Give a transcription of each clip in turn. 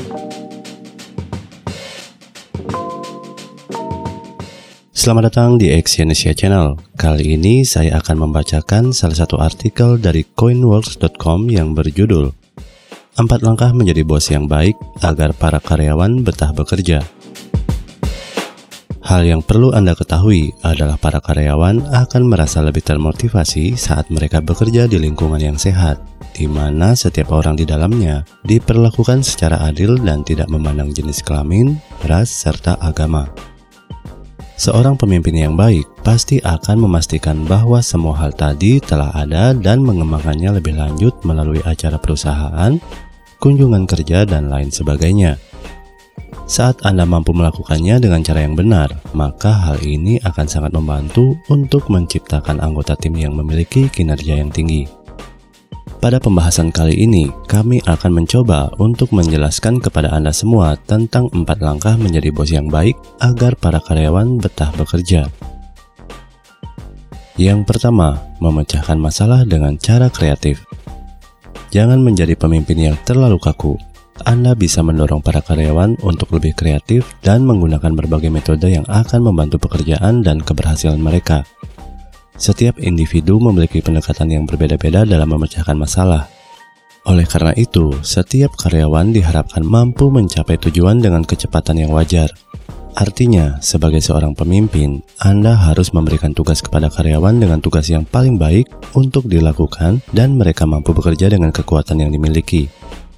Selamat datang di Exyonesia Channel. Kali ini saya akan membacakan salah satu artikel dari coinworks.com yang berjudul 4 langkah menjadi bos yang baik agar para karyawan betah bekerja. Hal yang perlu Anda ketahui adalah para karyawan akan merasa lebih termotivasi saat mereka bekerja di lingkungan yang sehat, di mana setiap orang di dalamnya diperlakukan secara adil dan tidak memandang jenis kelamin, ras, serta agama. Seorang pemimpin yang baik pasti akan memastikan bahwa semua hal tadi telah ada dan mengembangkannya lebih lanjut melalui acara perusahaan, kunjungan kerja, dan lain sebagainya. Saat Anda mampu melakukannya dengan cara yang benar, maka hal ini akan sangat membantu untuk menciptakan anggota tim yang memiliki kinerja yang tinggi. Pada pembahasan kali ini, kami akan mencoba untuk menjelaskan kepada Anda semua tentang 4 langkah menjadi bos yang baik agar para karyawan betah bekerja. Yang pertama, memecahkan masalah dengan cara kreatif. Jangan menjadi pemimpin yang terlalu kaku. Anda bisa mendorong para karyawan untuk lebih kreatif dan menggunakan berbagai metode yang akan membantu pekerjaan dan keberhasilan mereka. Setiap individu memiliki pendekatan yang berbeda-beda dalam memecahkan masalah. Oleh karena itu, setiap karyawan diharapkan mampu mencapai tujuan dengan kecepatan yang wajar. Artinya, sebagai seorang pemimpin, Anda harus memberikan tugas kepada karyawan dengan tugas yang paling baik untuk dilakukan dan mereka mampu bekerja dengan kekuatan yang dimiliki.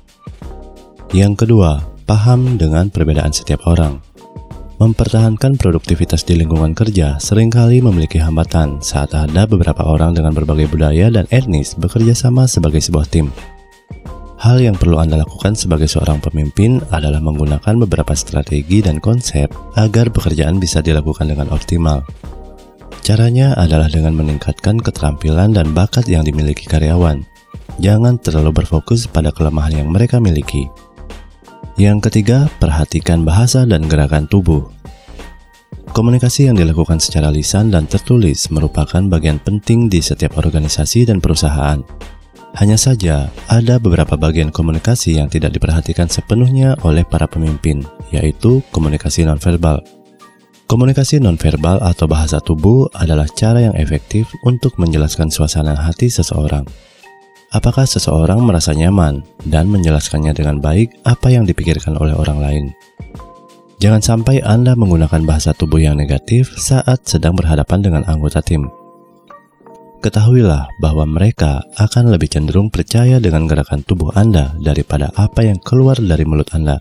Yang kedua, paham dengan perbedaan setiap orang. Mempertahankan produktivitas di lingkungan kerja seringkali memiliki hambatan saat ada beberapa orang dengan berbagai budaya dan etnis bekerja sama sebagai sebuah tim. Hal yang perlu Anda lakukan sebagai seorang pemimpin adalah menggunakan beberapa strategi dan konsep agar pekerjaan bisa dilakukan dengan optimal. Caranya adalah dengan meningkatkan keterampilan dan bakat yang dimiliki karyawan. Jangan terlalu berfokus pada kelemahan yang mereka miliki. Yang ketiga, perhatikan bahasa dan gerakan tubuh. Komunikasi yang dilakukan secara lisan dan tertulis merupakan bagian penting di setiap organisasi dan perusahaan. Hanya saja, ada beberapa bagian komunikasi yang tidak diperhatikan sepenuhnya oleh para pemimpin, yaitu komunikasi nonverbal. Komunikasi nonverbal atau bahasa tubuh adalah cara yang efektif untuk menjelaskan suasana hati seseorang. Apakah seseorang merasa nyaman dan menjelaskannya dengan baik apa yang dipikirkan oleh orang lain? Jangan sampai Anda menggunakan bahasa tubuh yang negatif saat sedang berhadapan dengan anggota tim. Ketahuilah bahwa mereka akan lebih cenderung percaya dengan gerakan tubuh Anda daripada apa yang keluar dari mulut Anda.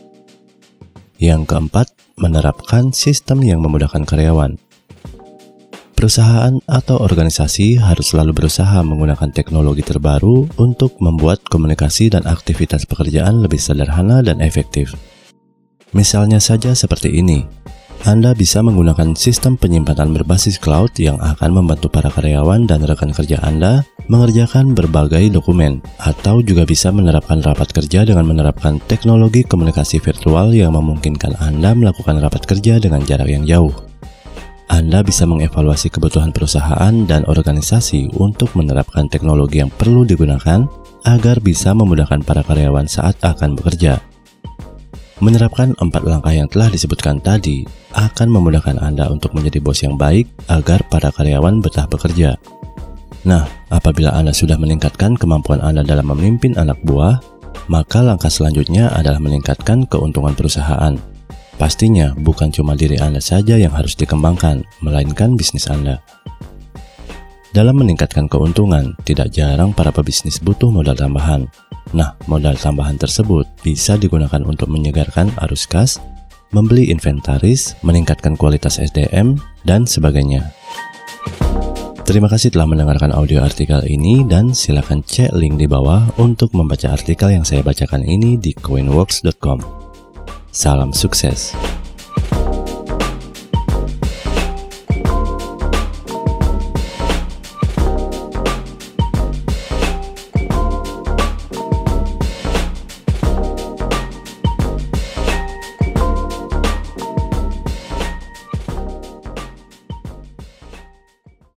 Yang keempat, menerapkan sistem yang memudahkan karyawan. Perusahaan atau organisasi harus selalu berusaha menggunakan teknologi terbaru untuk membuat komunikasi dan aktivitas pekerjaan lebih sederhana dan efektif. Misalnya saja seperti ini, Anda bisa menggunakan sistem penyimpanan berbasis cloud yang akan membantu para karyawan dan rekan kerja Anda mengerjakan berbagai dokumen, atau juga bisa menerapkan rapat kerja dengan menerapkan teknologi komunikasi virtual yang memungkinkan Anda melakukan rapat kerja dengan jarak yang jauh. Anda bisa mengevaluasi kebutuhan perusahaan dan organisasi untuk menerapkan teknologi yang perlu digunakan agar bisa memudahkan para karyawan saat akan bekerja. Menerapkan 4 langkah yang telah disebutkan tadi akan memudahkan Anda untuk menjadi bos yang baik agar para karyawan betah bekerja. Nah, apabila Anda sudah meningkatkan kemampuan Anda dalam memimpin anak buah, maka langkah selanjutnya adalah meningkatkan keuntungan perusahaan. Pastinya bukan cuma diri Anda saja yang harus dikembangkan, melainkan bisnis Anda. Dalam meningkatkan keuntungan, tidak jarang para pebisnis butuh modal tambahan. Nah, modal tambahan tersebut bisa digunakan untuk menyegarkan arus kas, membeli inventaris, meningkatkan kualitas SDM, dan sebagainya. Terima kasih telah mendengarkan audio artikel ini dan silakan cek link di bawah untuk membaca artikel yang saya bacakan ini di coinworks.com. Salam sukses.